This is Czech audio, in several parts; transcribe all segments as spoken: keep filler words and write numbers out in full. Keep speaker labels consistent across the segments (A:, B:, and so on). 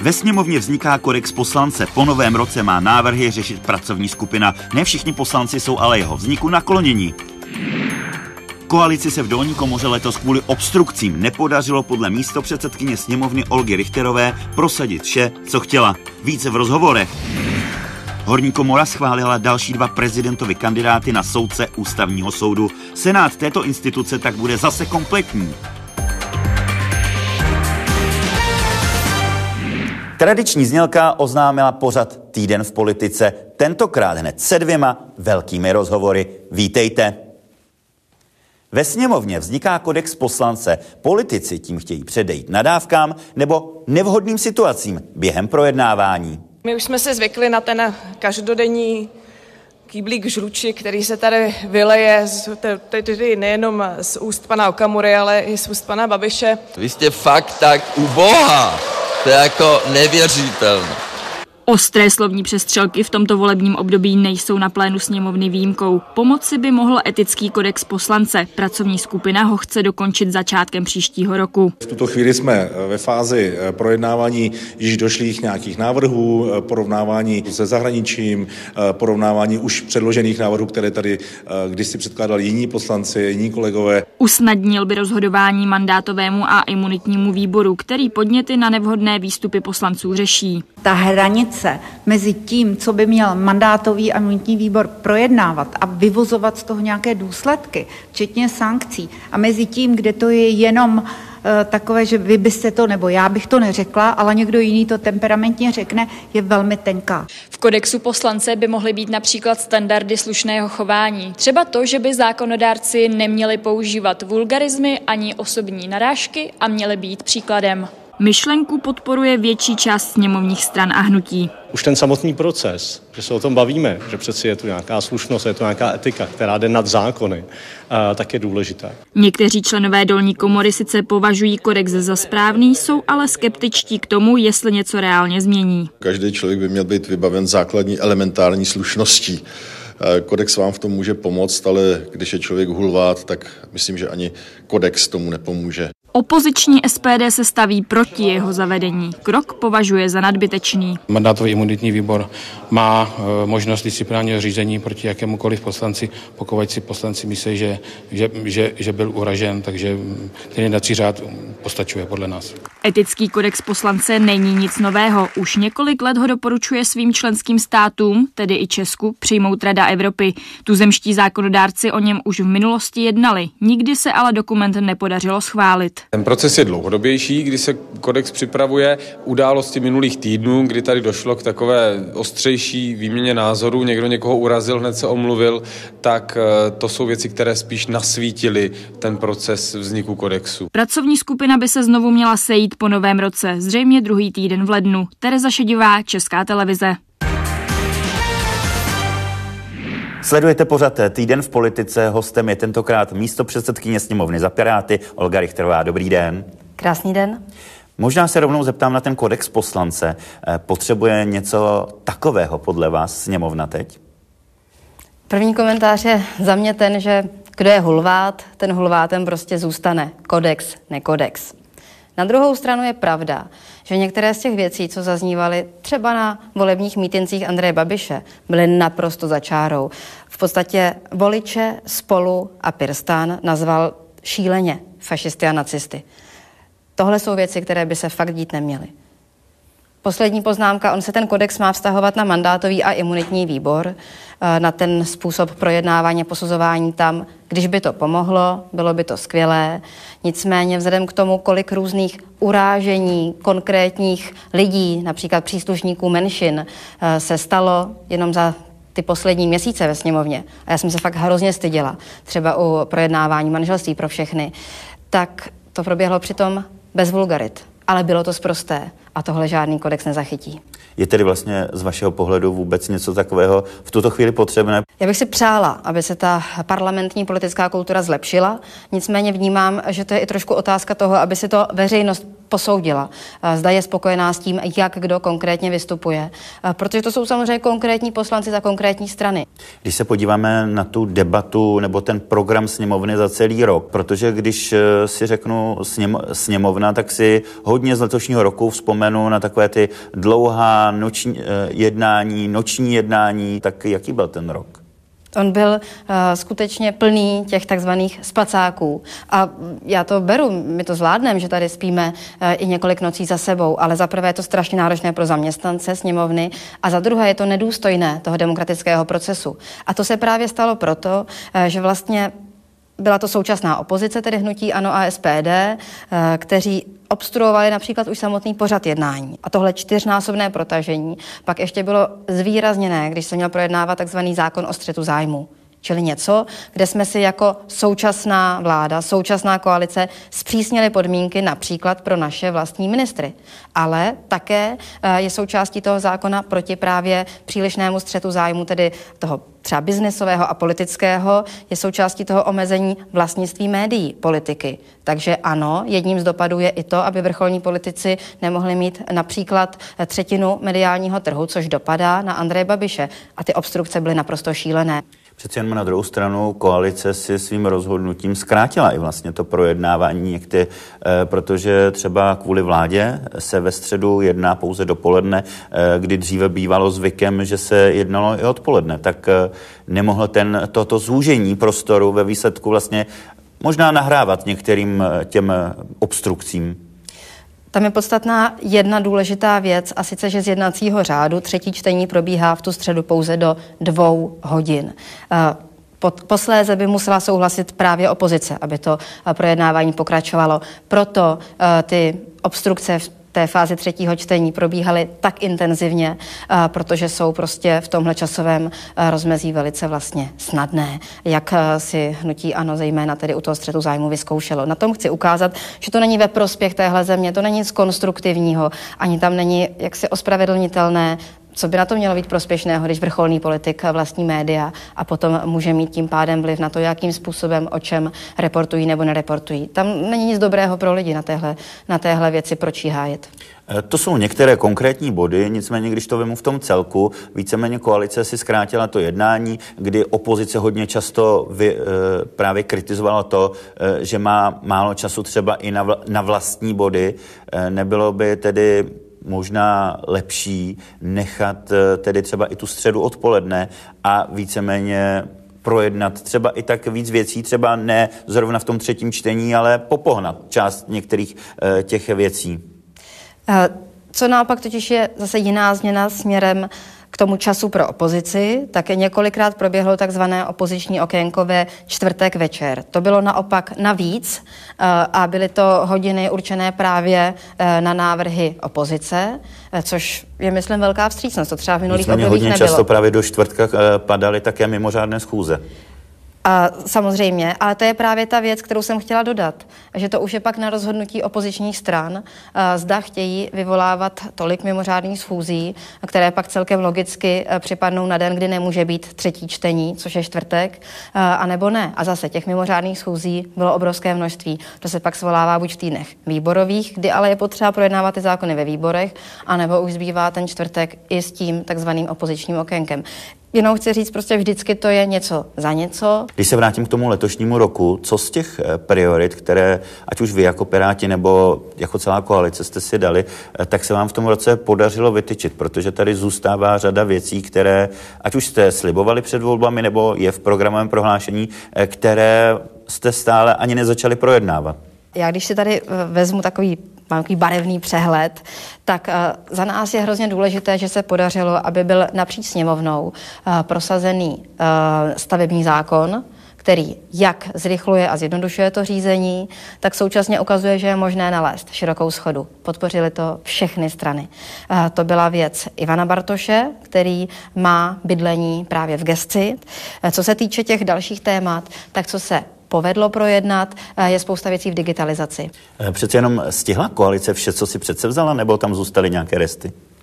A: Ve sněmovně vzniká kodex poslance. Po novém roce má návrhy řešit pracovní skupina. Ne všichni poslanci jsou ale jeho vzniku naklonění. Koalici se v dolní komoře letos kvůli obstrukcím nepodařilo podle místopředsedkyně sněmovny Olgy Richterové prosadit vše, co chtěla. Více v rozhovorech. Horní komora schválila další dva prezidentovi kandidáty na soudce ústavního soudu. Senát této instituce tak bude zase kompletní. Tradiční znělka oznámila pořad Týden v politice, tentokrát hned se dvěma velkými rozhovory. Vítejte. Ve sněmovně vzniká kodex poslance. Politici tím chtějí předejít nadávkám nebo nevhodným situacím během projednávání.
B: My už jsme se zvykli na ten každodenní kýblík žluči, který se tady vyleje tedy nejenom z úst pana Okamury, ale i z úst pana Babiše.
C: Vy jste fakt tak ubohá, to je jako nevěřitelné.
D: Ostré slovní přestřelky v tomto volebním období nejsou na plénu sněmovny výjimkou. Pomoci by mohl etický kodex poslance. Pracovní skupina ho chce dokončit začátkem příštího roku.
E: V tuto chvíli jsme ve fázi projednávání již došlých nějakých návrhů, porovnávání se zahraničím, porovnávání už předložených návrhů, které tady kdysi předkládali jiní poslanci, jiní kolegové.
D: Usnadnil by rozhodování mandátovému a imunitnímu výboru, který podněty na nevhodné výstupy poslanců řeší.
F: Ta hranice mezi tím, co by měl mandátový a imunitní výbor projednávat a vyvozovat z toho nějaké důsledky, včetně sankcí, a mezi tím, kde to je jenom e, takové, že vy byste to, nebo já bych to neřekla, ale někdo jiný to temperamentně řekne, je velmi tenká.
D: V kodexu poslance by mohly být například standardy slušného chování. Třeba to, že by zákonodárci neměli používat vulgarizmy ani osobní narážky a měli být příkladem. Myšlenku podporuje větší část sněmovních stran a hnutí.
G: Už ten samotný proces, že se o tom bavíme, že přeci je tu nějaká slušnost, je tu nějaká etika, která jde nad zákony, tak je důležitá.
D: Někteří členové dolní komory sice považují kodex za správný, jsou ale skeptičtí k tomu, jestli něco reálně změní.
H: Každý člověk by měl být vybaven základní elementární slušností. Kodex vám v tom může pomoct, ale když je člověk hulvát, tak myslím, že ani kodex tomu nepomůže.
D: Opoziční S P D se staví proti jeho zavedení. Krok považuje za nadbytečný.
I: Mandátový imunitní výbor má e, možnost disciplinárního řízení proti jakémukoliv poslanci, pokud si poslanci myslí, že, že, že, že byl uražen, takže ten jednací řád postačuje podle nás.
D: Etický kodex poslance není nic nového. Už několik let ho doporučuje svým členským státům, tedy i Česku, přijmout Rada Evropy. Tuzemští zákonodárci o něm už v minulosti jednali. Nikdy se ale dokument nepodařilo schválit.
J: Ten proces je dlouhodobější, kdy se kodex připravuje. Události minulých týdnů, kdy tady došlo k takové ostřejší výměně názorů, někdo někoho urazil, hned se omluvil, tak to jsou věci, které spíš nasvítily ten proces vzniku kodexu.
D: Pracovní skupina by se znovu měla sejít po novém roce, zřejmě druhý týden v lednu. Tereza Šedivá, Česká televize.
A: Sledujete pořad Týden v politice, hostem je tentokrát místopředsedkyně sněmovny za Piráty Olga Richterová. Dobrý den.
K: Krásný den.
A: Možná se rovnou zeptám na ten kodex poslance. Potřebuje něco takového podle vás sněmovna teď?
K: První komentář je za mě ten, že kdo je hulvát, ten hulvátem prostě zůstane. Kodex, nekodex. Na druhou stranu je pravda, že některé z těch věcí, co zaznívaly třeba na volebních mítincích Andreje Babiše, byly naprosto za čárou. V podstatě voliče Spolu a PirSTAN nazval šíleně fašisty a nacisty. Tohle jsou věci, které by se fakt dít neměly. Poslední poznámka, on se ten kodex má vztahovat na mandátový a imunitní výbor, na ten způsob projednávání a posuzování tam. Když by to pomohlo, bylo by to skvělé. Nicméně vzhledem k tomu, kolik různých urážení konkrétních lidí, například příslušníků menšin, se stalo jenom za ty poslední měsíce ve sněmovně, a já jsem se fakt hrozně styděla, třeba u projednávání manželství pro všechny, tak to proběhlo přitom bez vulgarit. Ale bylo to sprosté a tohle žádný kodex nezachytí.
A: Je tedy vlastně z vašeho pohledu vůbec něco takového v tuto chvíli potřebné?
K: Já bych si přála, aby se ta parlamentní politická kultura zlepšila, nicméně vnímám, že to je i trošku otázka toho, aby si to veřejnost posoudila. Zda je spokojená s tím, jak kdo konkrétně vystupuje. Protože to jsou samozřejmě konkrétní poslanci za konkrétní strany.
A: Když se podíváme na tu debatu nebo ten program sněmovny za celý rok, protože když si řeknu sněm, sněmovna, tak si hodně z letošního roku vzpomenu na takové ty dlouhá noční jednání, noční jednání, tak jaký byl ten rok?
K: On byl uh, skutečně plný těch takzvaných spacáků. A já to beru, my to zvládneme, že tady spíme uh, i několik nocí za sebou, ale za prvé je to strašně náročné pro zaměstnance sněmovny a za druhé je to nedůstojné toho demokratického procesu. A to se právě stalo proto, uh, že vlastně byla to současná opozice, tedy hnutí ANO a S P D, uh, kteří obstruovali například už samotný pořad jednání. A tohle čtyřnásobné protažení pak ještě bylo zvýrazněné, když se měl projednávat takzvaný zákon o střetu zájmu. Čili něco, kde jsme si jako současná vláda, současná koalice zpřísnili podmínky například pro naše vlastní ministry. Ale také je součástí toho zákona proti právě přílišnému střetu zájmu, tedy toho třeba biznesového a politického, je součástí toho omezení vlastnictví médií, politiky. Takže ano, jedním z dopadů je i to, aby vrcholní politici nemohli mít například třetinu mediálního trhu, což dopadá na Andreje Babiše. A ty obstrukce byly naprosto šílené.
A: Přeci jen na druhou stranu koalice si svým rozhodnutím zkrátila i vlastně to projednávání někdy, protože třeba kvůli vládě se ve středu jedná pouze dopoledne, kdy dříve bývalo zvykem, že se jednalo i odpoledne. Tak nemohlo ten, toto zúžení prostoru ve výsledku vlastně možná nahrávat některým těm obstrukcím.
K: Tam je podstatná jedna důležitá věc, a sice, že z jednacího řádu třetí čtení probíhá v tu středu pouze do dvou hodin. Posléze by musela souhlasit právě opozice, aby to projednávání pokračovalo. Proto ty obstrukce v té fázi třetího čtení probíhaly tak intenzivně, protože jsou prostě v tomhle časovém rozmezí velice vlastně snadné, jak si hnutí ANO zejména tedy u toho střetu zájmu vyzkoušelo. Na tom chci ukázat, že to není ve prospěch téhle země, to není nic konstruktivního, ani tam není jaksi ospravedlnitelné, co by na to mělo být prospěšného, když vrcholný politik vlastní média a potom může mít tím pádem vliv na to, jakým způsobem, o čem reportují nebo nereportují. Tam není nic dobrého pro lidi na téhle, na téhle věci, proč jí hájet.
A: To jsou některé konkrétní body, nicméně když to vemu v tom celku, víceméně koalice si zkrátila to jednání, kdy opozice hodně často vy, právě kritizovala to, že má málo času třeba i na, vl- na vlastní body. Nebylo by tedy možná lepší nechat tedy třeba i tu středu odpoledne a víceméně projednat třeba i tak víc věcí, třeba ne zrovna v tom třetím čtení, ale popohnat část některých e, těch věcí.
K: Co naopak totiž je zase jiná změna směrem k tomu času pro opozici, tak několikrát proběhlo takzvané opoziční okénko ve čtvrtek večer. To bylo naopak navíc a byly to hodiny určené právě na návrhy opozice, což je, myslím, velká vstřícnost. To třeba v minulých obdobích nebylo.
A: Hodně často právě do čtvrtka padaly také mimořádné schůze.
K: A samozřejmě, ale to je právě ta věc, kterou jsem chtěla dodat, že to už je pak na rozhodnutí opozičních stran, zda chtějí vyvolávat tolik mimořádných schůzí, které pak celkem logicky připadnou na den, kdy nemůže být třetí čtení, což je čtvrtek, anebo ne. A zase těch mimořádných schůzí bylo obrovské množství. To se pak svolává buď v týdnech výborových, kdy ale je potřeba projednávat ty zákony ve výborech, anebo už zbývá ten čtvrtek i s tím takzvaným opozičním okénkem. Jenom chci říct, prostě vždycky to je něco za něco.
A: Když se vrátím k tomu letošnímu roku, co z těch priorit, které ať už vy jako Piráti nebo jako celá koalice jste si dali, tak se vám v tom roce podařilo vytyčit, protože tady zůstává řada věcí, které ať už jste slibovali před volbami nebo je v programovém prohlášení, které jste stále ani nezačali projednávat.
K: Já když si tady vezmu takový mám takový barevný přehled, tak uh, za nás je hrozně důležité, že se podařilo, aby byl napříč sněmovnou uh, prosazený uh, stavební zákon, který jak zrychluje a zjednodušuje to řízení, tak současně ukazuje, že je možné nalézt širokou shodu. Podpořili to všechny strany. Uh, to byla věc Ivana Bartoše, který má bydlení právě v gesci. Uh, co se týče těch dalších témat, tak co se povedlo projednat, je spousta věcí v digitalizaci.
A: Přece jenom stihla koalice vše, co si předsevzala, nebo tam zůstaly nějaké resty?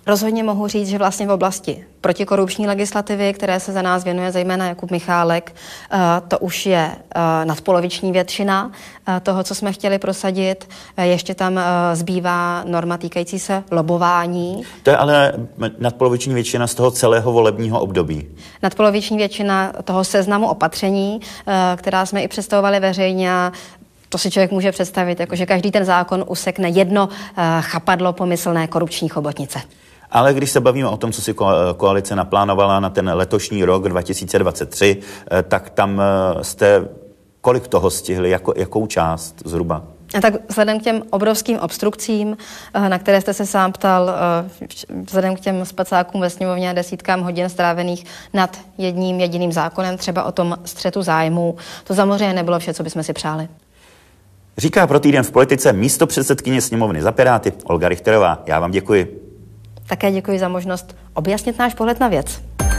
K: Rozhodně mohu říct, že vlastně v oblasti protikorupční legislativy, které se za nás věnuje zejména Jakub Michálek, to už je nadpoloviční většina toho, co jsme chtěli prosadit. Ještě tam zbývá norma týkající se lobování.
A: To je ale nadpoloviční většina z toho celého volebního období.
K: Nadpoloviční většina toho seznamu opatření, která jsme i představovali veřejně. To si člověk může představit, jako že každý ten zákon usekne jedno chapadlo pomyslné korupční chobotnice.
A: Ale když se bavíme o tom, co si koalice naplánovala na ten letošní rok dva tisíce dvacet tři, tak tam jste kolik toho stihli, jako, jakou část zhruba?
K: A tak vzhledem k těm obrovským obstrukcím, na které jste se sám ptal, vzhledem k těm spacákům ve sněmovně a desítkám hodin strávených nad jedním jediným zákonem, třeba o tom střetu zájmů, to samozřejmě nebylo vše, co bychom si přáli.
A: Říká pro Týden v politice místopředsedkyně sněmovny za Piráty Olga Richterová. Já vám děkuji.
K: Také děkuji za možnost objasnit náš pohled na věc.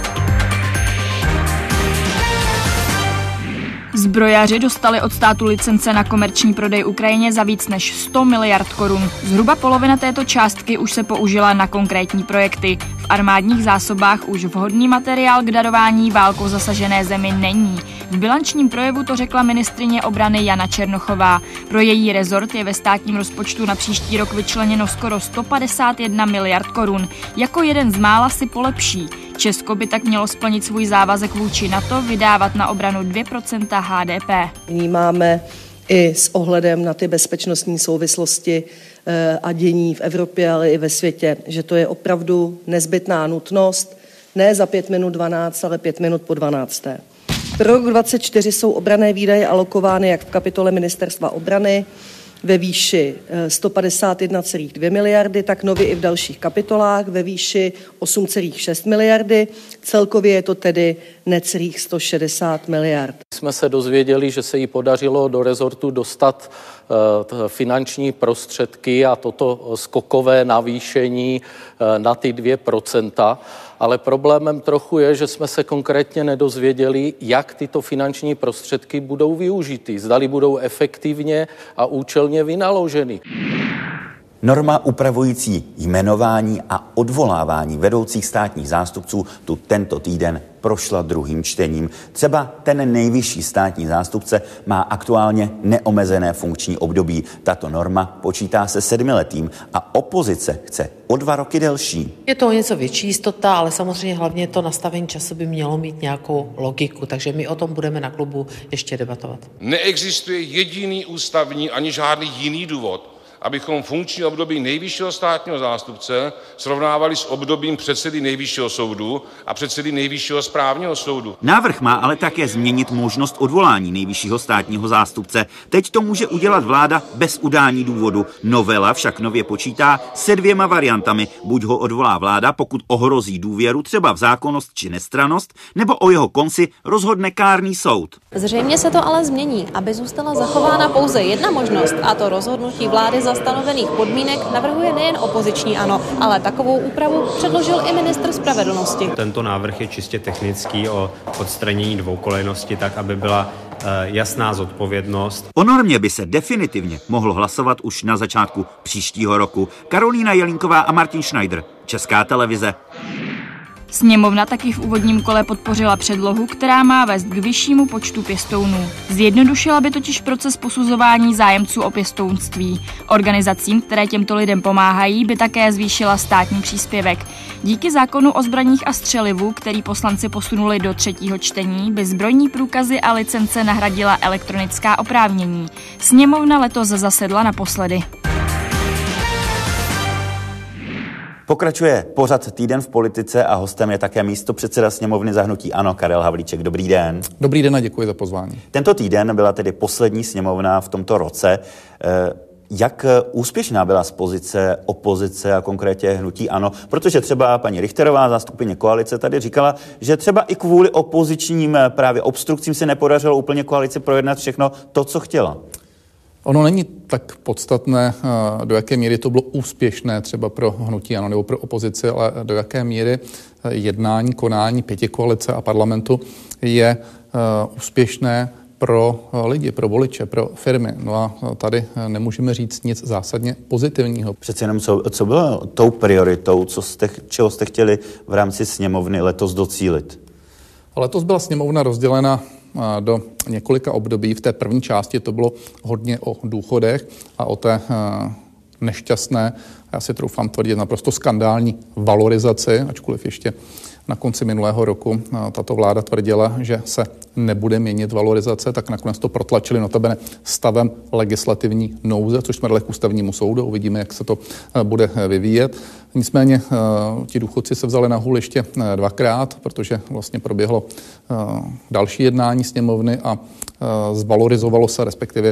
D: Zbrojaři dostali od státu licence na komerční prodej Ukrajině za víc než sto miliard korun. Zhruba polovina této částky už se použila na konkrétní projekty. V armádních zásobách už vhodný materiál k darování válkou zasažené zemi není. V bilančním projevu to řekla ministryně obrany Jana Černochová. Pro její rezort je ve státním rozpočtu na příští rok vyčleněno skoro sto padesát jedna miliard korun. Jako jeden z mála si polepší. Česko by tak mělo splnit svůj závazek vůči NATO vydávat na obranu dvě procenta H D P.
L: Vnímáme i s ohledem na ty bezpečnostní souvislosti a dění v Evropě, ale i ve světě, že to je opravdu nezbytná nutnost, ne za pět minut dvanáct, ale pět minut po dvanácté. Pro rok dvacet čtyři jsou obranné výdaje alokovány jak v kapitole Ministerstva obrany ve výši sto padesát jedna celá dvě miliardy, tak nově i v dalších kapitolách ve výši osm celá šest miliardy. Celkově je to tedy necelých sto šedesát miliard.
M: Jsme se dozvěděli, že se jí podařilo do rezortu dostat uh, finanční prostředky a toto skokové navýšení uh, na ty dvě procenta. Ale problémem trochu je, že jsme se konkrétně nedozvěděli, jak tyto finanční prostředky budou využity. Zdali budou efektivně a účelně vynaloženy.
A: Norma upravující jmenování a odvolávání vedoucích státních zástupců tu tento týden prošla druhým čtením. Třeba ten nejvyšší státní zástupce má aktuálně neomezené funkční období. Tato norma počítá se sedmiletým a opozice chce o dva roky delší.
N: Je to něco větší jistota, ale samozřejmě hlavně to nastavení času by mělo mít nějakou logiku, takže my o tom budeme na klubu ještě debatovat.
O: Neexistuje jediný ústavní ani žádný jiný důvod, abychom funkční období nejvyššího státního zástupce srovnávali s obdobím předsedy Nejvyššího soudu a předsedy Nejvyššího správního soudu.
A: Návrh má ale také změnit možnost odvolání nejvyššího státního zástupce. Teď to může udělat vláda bez udání důvodu. Novela však nově počítá se dvěma variantami. Buď ho odvolá vláda, pokud ohrozí důvěru třeba v zákonnost či nestrannost, nebo o jeho konci rozhodne kárný soud.
P: Zřejmě se to ale změní, aby zůstala zachována pouze jedna možnost, a to rozhodnutí vlády za stanovených podmínek navrhuje nejen opoziční ANO, ale takovou úpravu předložil i ministr spravedlnosti.
Q: Tento návrh je čistě technický o odstranění dvoukolejnosti tak, aby byla uh, jasná zodpovědnost.
A: O normě by se definitivně mohlo hlasovat už na začátku příštího roku. Karolína Jelínková a Martin Schneider, Česká televize.
D: Sněmovna taky v úvodním kole podpořila předlohu, která má vést k vyššímu počtu pěstounů. Zjednodušila by totiž proces posuzování zájemců o pěstounství. Organizacím, které těmto lidem pomáhají, by také zvýšila státní příspěvek. Díky zákonu o zbraních a střelivu, který poslanci posunuli do třetího čtení, by zbrojní průkazy a licence nahradila elektronická oprávnění. Sněmovna letos zasedla naposledy.
A: Pokračuje pořad Týden v politice a hostem je také místopředseda sněmovny za hnutí ANO Karel Havlíček. Dobrý den.
R: Dobrý den a děkuji za pozvání.
A: Tento týden byla tedy poslední sněmovna v tomto roce. Jak úspěšná byla z pozice opozice a konkrétně hnutí ANO? Protože třeba paní Richterová, zástupkyně koalice, tady říkala, že třeba i kvůli opozičním právě obstrukcím se nepodařilo úplně koalici projednat všechno to, co chtěla.
R: Ono není tak podstatné, do jaké míry to bylo úspěšné třeba pro hnutí ANO nebo pro opozici, ale do jaké míry jednání, konání pětikoalice a parlamentu je úspěšné pro lidi, pro voliče, pro firmy. No a tady nemůžeme říct nic zásadně pozitivního.
A: Přece jenom co, co bylo tou prioritou, co jste, čeho jste chtěli v rámci sněmovny letos docílit?
R: Letos byla sněmovna rozdělena do několika období. V té první části to bylo hodně o důchodech a o té nešťastné, já si troufám tvrdit, naprosto skandální valorizaci, ačkoliv ještě na konci minulého roku tato vláda tvrdila, že se nebude měnit valorizace, tak nakonec to protlačili notabene stavem legislativní nouze, což jsme dali k ústavnímu soudu. Uvidíme, jak se to bude vyvíjet. Nicméně ti důchodci se vzali na hůl ještě dvakrát, protože vlastně proběhlo další jednání sněmovny a zvalorizovalo se, respektive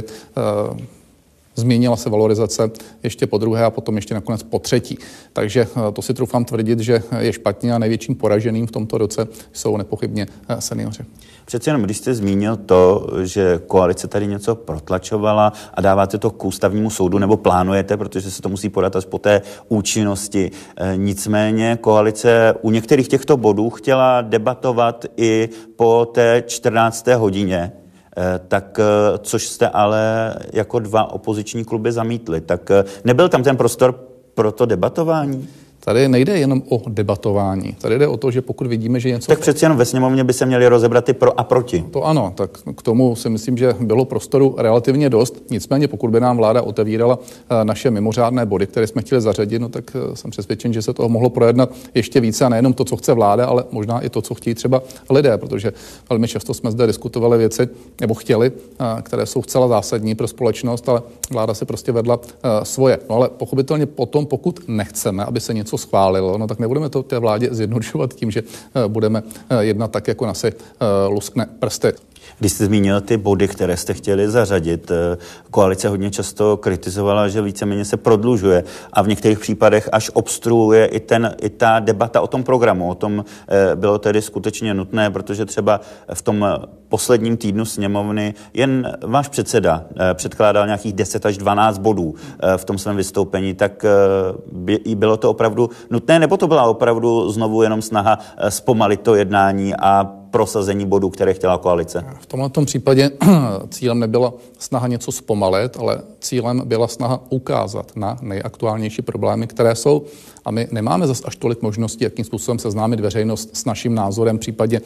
R: změnila se valorizace ještě po druhé a potom ještě nakonec po třetí. Takže to si troufám tvrdit, že je špatně a největším poraženým v tomto roce jsou nepochybně seniori.
A: Přece jenom, když jste zmínil to, že koalice tady něco protlačovala a dáváte to k ústavnímu soudu, nebo plánujete, protože se to musí podat až po té účinnosti. Nicméně koalice u některých těchto bodů chtěla debatovat i po té čtrnácté hodině, tak což jste ale jako dva opoziční kluby zamítli. Tak nebyl tam ten prostor pro to debatování?
R: Tady nejde jenom o debatování. Tady jde o to, že pokud vidíme, že něco...
A: Tak přeci jenom ve sněmovně by se měli rozebrat i pro a proti.
R: To ano, tak k tomu si myslím, že bylo prostoru relativně dost. Nicméně pokud by nám vláda otevírala naše mimořádné body, které jsme chtěli zařadit, no tak jsem přesvědčen, že se toho mohlo projednat ještě více a nejenom to, co chce vláda, ale možná i to, co chtějí třeba lidé, protože velmi často jsme zde diskutovali věci, nebo chtěli, které jsou zcela zásadní pro společnost, ale vláda si prostě vedla svoje. No ale pochopitelně potom, pokud nechceme, aby se něco schválilo, no tak nebudeme to té vládě zjednodušovat tím, že budeme jednat tak, jako na si luskne prsty.
A: Když jste zmínil ty body, které jste chtěli zařadit, koalice hodně často kritizovala, že víceméně se prodlužuje a v některých případech až obstruuje i, ten, i ta debata o tom programu. O tom bylo tedy skutečně nutné, protože třeba v tom posledním týdnu sněmovny jen váš předseda předkládal nějakých deset až dvanáct bodů v tom svém vystoupení, tak bylo to opravdu nutné, nebo to byla opravdu znovu jenom snaha zpomalit to jednání a prosazení bodů, které chtěla koalice?
R: V tomto případě cílem nebyla snaha něco zpomalit, ale cílem byla snaha ukázat na nejaktuálnější problémy, které jsou. A my nemáme zas až tolik možností, jakým způsobem seznámit veřejnost s naším názorem, případně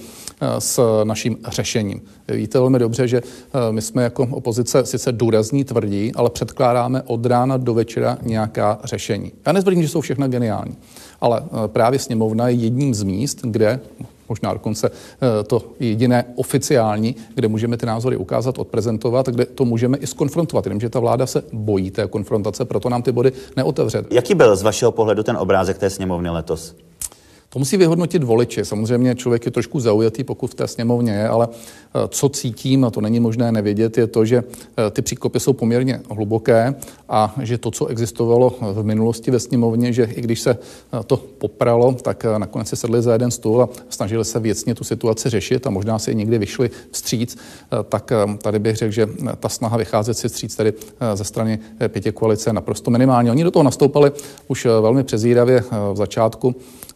R: s naším řešením. Víte velmi dobře, že my jsme jako opozice sice důrazní, tvrdí, ale předkládáme od rána do večera nějaká řešení. Já netvrdím, že jsou všechna geniální, ale právě sněmovna je jedním z míst, kde možná dokonce to jediné oficiální, kde můžeme ty názory ukázat, odprezentovat, kde to můžeme i skonfrontovat. Jenomže ta vláda se bojí té konfrontace, proto nám ty body neotevře.
A: Jaký byl z vašeho pohledu ten obrázek té sněmovny letos?
R: To musí vyhodnotit voliči. Samozřejmě člověk je trošku zaujatý, pokud v té sněmovně je, ale co cítím, a to není možné nevědět, je to, že ty příkopy jsou poměrně hluboké a že to, co existovalo v minulosti ve sněmovně, že i když se to popralo, tak nakonec se sedli za jeden stůl a snažili se věcně tu situaci řešit a možná si někdy vyšli vstříc, tak tady bych řekl, že ta snaha vycházet si vstříc tady ze strany pětikoalice je naprosto minimální. Oni do toho nastoupali už velmi přezíravě v začátku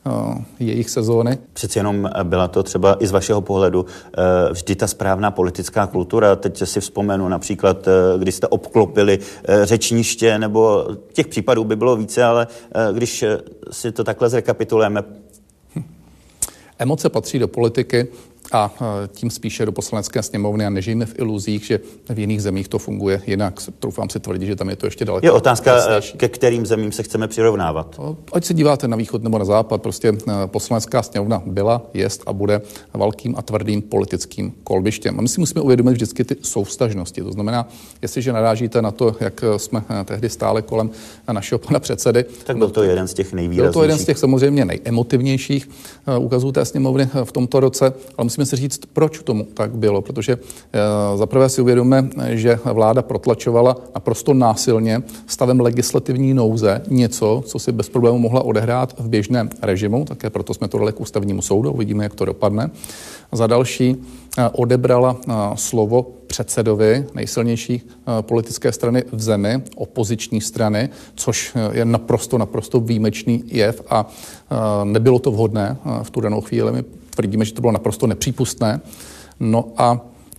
R: jejich sezóny.
A: Přeci jenom byla to třeba i z vašeho pohledu vždy ta správná politická kultura. Teď si vzpomenu například, když jste obklopili řečniště, nebo těch případů by bylo více, ale když si to takhle zrekapitulujeme.
R: Hm. Emoce patří do politiky a tím spíše do poslanecké sněmovny a nežijeme v iluzích, že v jiných zemích to funguje jinak. Troufám si tvrdit, že tam je to ještě daleko.
A: Je otázka, ke kterým zemím se chceme přirovnávat.
R: Ať se díváte na východ nebo na západ, prostě poslanecká sněmovna byla, jest a bude velkým a tvrdým politickým kolbištěm. A my si musíme uvědomit vždycky ty souvztažnosti. To znamená, jestliže narážíte na to, jak jsme tehdy stáli kolem našeho pana předsedy.
A: Tak byl to jeden z těch nejvýraznějších.
R: Byl to jeden z těch samozřejmě nejemotivnějších ukazů té sněmovny v tomto roce, ale musíme si říct, proč tomu tak bylo, protože e, zaprvé si uvědomíme, že vláda protlačovala naprosto násilně stavem legislativní nouze něco, co si bez problému mohla odehrát v běžném režimu, také proto jsme to dali k ústavnímu soudu, uvidíme, jak to dopadne. Za další e, odebrala e, slovo předsedovi nejsilnější e, politické strany v zemi, opoziční strany, což je naprosto, naprosto výjimečný jev a e, nebylo to vhodné e, v tu danou chvíli. My tvrdíme, že to bylo naprosto nepřípustné. No a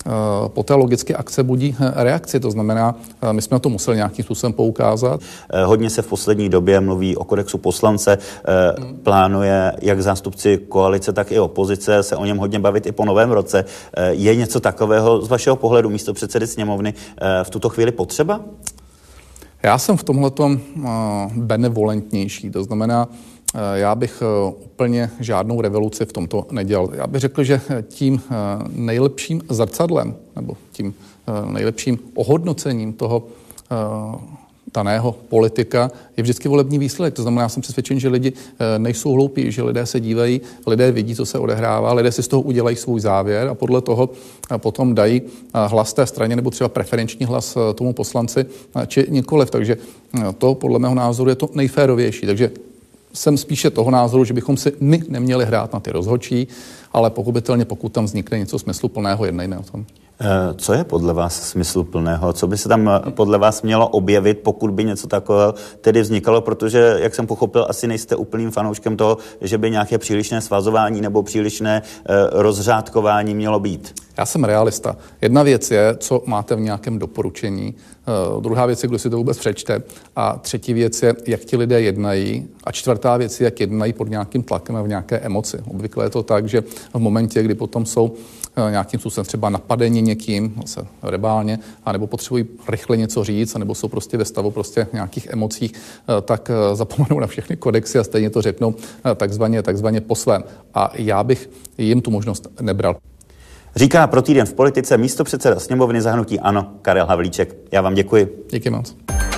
R: po té logické akce budí reakci. To znamená, my jsme na to museli nějakým způsobem poukázat.
A: Hodně se v poslední době mluví o kodexu poslance. Hmm. Plánuje jak zástupci koalice, tak i opozice se o něm hodně bavit i po novém roce. Je něco takového z vašeho pohledu místopředsedy sněmovny v tuto chvíli potřeba?
R: Já jsem v tomhletom benevolentnější. To znamená, já bych úplně žádnou revoluci v tomto nedělal. Já bych řekl, že tím nejlepším zrcadlem nebo tím nejlepším ohodnocením toho daného politika je vždycky volební výsledek. To znamená, já jsem přesvědčen, že lidi nejsou hloupí, že lidé se dívají, lidé vidí, co se odehrává, lidé si z toho udělají svůj závěr a podle toho potom dají hlas té straně nebo třeba preferenční hlas tomu poslanci či nikoliv. Takže to podle mého názoru je to nejférovější. Takže jsem spíše toho názoru, že bychom si my neměli hrát na ty rozhodčí, ale pochopitelně, pokud tam vznikne něco smysluplného, jednejme o tom.
A: Co je podle vás smysluplného? Co by se tam podle vás mělo objevit, pokud by něco takového tedy vznikalo? Protože, jak jsem pochopil, asi nejste úplným fanouškem toho, že by nějaké přílišné svazování nebo přílišné rozřádkování mělo být.
R: Já jsem realista. Jedna věc je, co máte v nějakém doporučení. Uh, druhá věc je, kdo si to vůbec přečte. A třetí věc je, jak ti lidé jednají. A čtvrtá věc je, jak jednají pod nějakým tlakem a v nějaké emoci. Obvykle je to tak, že v momentě, kdy potom jsou uh, nějakým způsobem třeba napadeni někým, zase verbálně, anebo potřebují rychle něco říct, anebo jsou prostě ve stavu prostě nějakých emocích, uh, tak uh, zapomenou na všechny kodexy a stejně to řeknou uh, takzvaně, takzvaně po svém. A já bych jim tu možnost nebral.
A: Říká pro Týden v politice místopředseda sněmovny za hnutí ANO Karel Havlíček. Já vám děkuji.
R: Díky moc.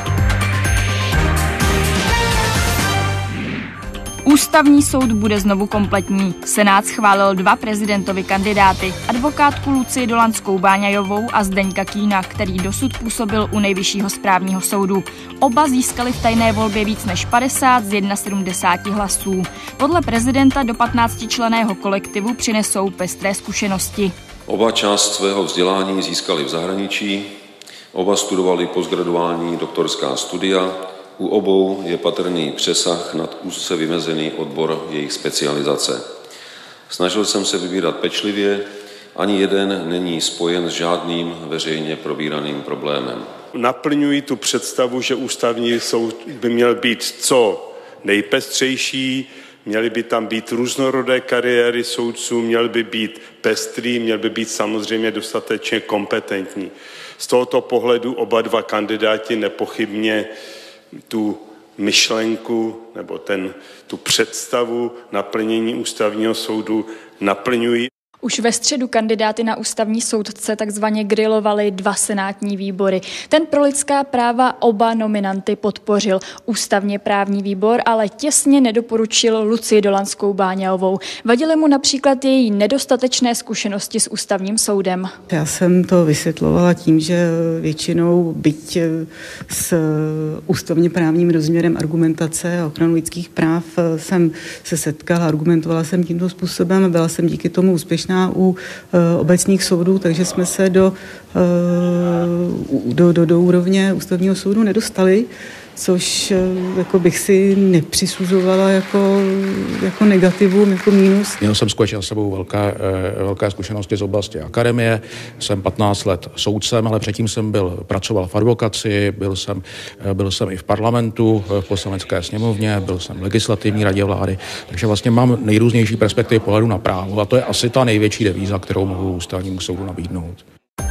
D: Ústavní soud bude znovu kompletní. Senát schválil dva prezidentovi kandidáty, advokátku Lucii Dolanskou-Báňajovou a Zdeňka Kína, který dosud působil u Nejvyššího správního soudu. Oba získali v tajné volbě víc než padesát z sedmdesáti jedna hlasů. Podle prezidenta do patnáctičlenného kolektivu přinesou pestré zkušenosti.
S: Oba část svého vzdělání získali v zahraničí, oba studovali postgraduální doktorská studia, u obou je patrný přesah nad úzce vymezený odbor jejich specializace. Snažil jsem se vybírat pečlivě, ani jeden není spojen s žádným veřejně probíraným problémem.
T: Naplňují tu představu, že ústavní soud by měl být co nejpestřejší, měly by tam být různorodé kariéry soudců, měl by být pestrý, měl by být samozřejmě dostatečně kompetentní. Z tohoto pohledu oba dva kandidáti nepochybně tu myšlenku nebo ten, tu představu naplnění ústavního soudu naplňují.
D: Už ve středu kandidáty na ústavní soudce takzvaně grilovali dva senátní výbory. Ten pro lidská práva oba nominanty podpořil. Ústavně právní výbor ale těsně nedoporučil Lucii Dolanskou-Báňajovou. Vadily mu například její nedostatečné zkušenosti s ústavním soudem.
U: Já jsem to vysvětlovala tím, že většinou byť s ústavně právním rozměrem argumentace a ochranu lidských práv jsem se setkala, argumentovala jsem tímto způsobem a byla jsem díky tomu úspěšná u e, obecních soudů, takže jsme se do, e, do, do, do úrovně ústavního soudu nedostali, což e, jako bych si nepřisuzovala jako, jako negativum, jako mínus.
I: Měl jsem skutečně s sebou velké, velké zkušenosti z oblasti akademie, jsem patnáct let soudcem, ale předtím jsem byl, pracoval v advokaci, byl jsem, byl jsem i v parlamentu, v poslanecké sněmovně, byl jsem v legislativní radě vlády, takže vlastně mám nejrůznější perspektivy pohledu na právo a to je asi ta největší devíza, kterou mohu ústavnímu soudu nabídnout.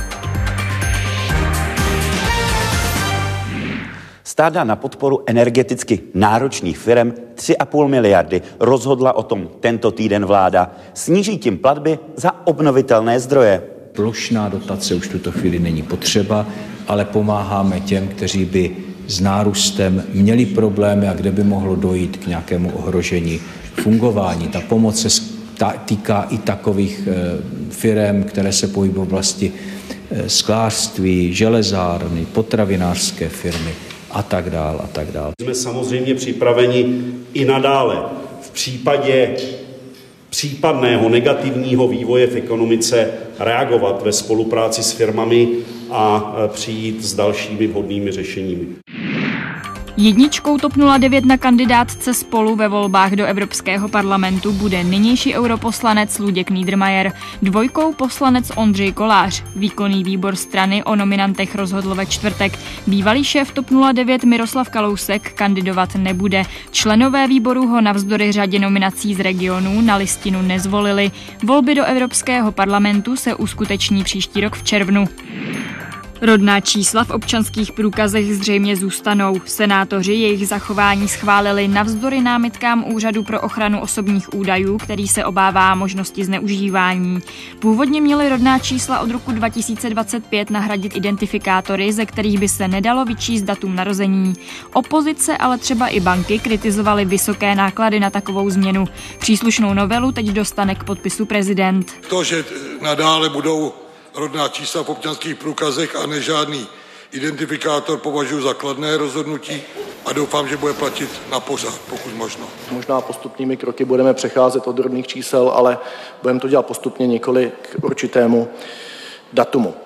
A: Stáda na podporu energeticky náročných firem tři a půl miliardy. Rozhodla o tom tento týden vláda. Sníží tím platby za obnovitelné zdroje.
V: Plošná dotace už v tuto chvíli není potřeba, ale pomáháme těm, kteří by s nárůstem měli problémy a kde by mohlo dojít k nějakému ohrožení fungování. Ta pomoc se týká i takových firem, které se pohybují v oblasti sklářství, železárny, potravinářské firmy a tak dál a tak dál.
W: Jsme samozřejmě připraveni i nadále v případě případného negativního vývoje v ekonomice reagovat ve spolupráci s firmami a přijít s dalšími vhodnými řešeními.
D: Jedničkou TOP nula devět na kandidátce Spolu ve volbách do Evropského parlamentu bude nynější europoslanec Luděk Niedermayer, dvojkou poslanec Ondřej Kolář. Výkonný výbor strany o nominantech rozhodl ve čtvrtek. Bývalý šéf TOP nula devět Miroslav Kalousek kandidovat nebude. Členové výboru ho navzdory řadě nominací z regionů na listinu nezvolili. Volby do Evropského parlamentu se uskuteční příští rok v červnu. Rodná čísla v občanských průkazech zřejmě zůstanou. Senátoři jejich zachování schválili navzdory námitkám Úřadu pro ochranu osobních údajů, který se obává možnosti zneužívání. Původně měly rodná čísla od roku dva tisíce dvacet pět nahradit identifikátory, ze kterých by se nedalo vyčíst datum narození. Opozice, ale třeba i banky kritizovaly vysoké náklady na takovou změnu. Příslušnou novelu teď dostane k podpisu prezident.
B: To, že nadále budou rodná čísla v občanských průkazech a ne žádný identifikátor, považuji za kladné rozhodnutí a doufám, že bude platit na pořád, pokud možno.
C: Možná postupnými kroky budeme přecházet od rodných čísel, ale budeme to dělat postupně, nikoli k určitému datumu.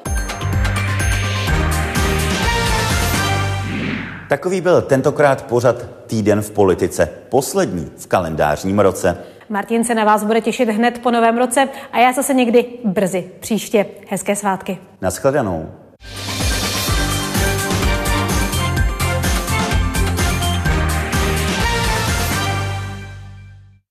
A: Takový byl tentokrát pořad Týden v politice, poslední v kalendářním roce.
P: Martin se na vás bude těšit hned po novém roce a já zase někdy brzy příště. Hezké svátky.
A: Naschledanou.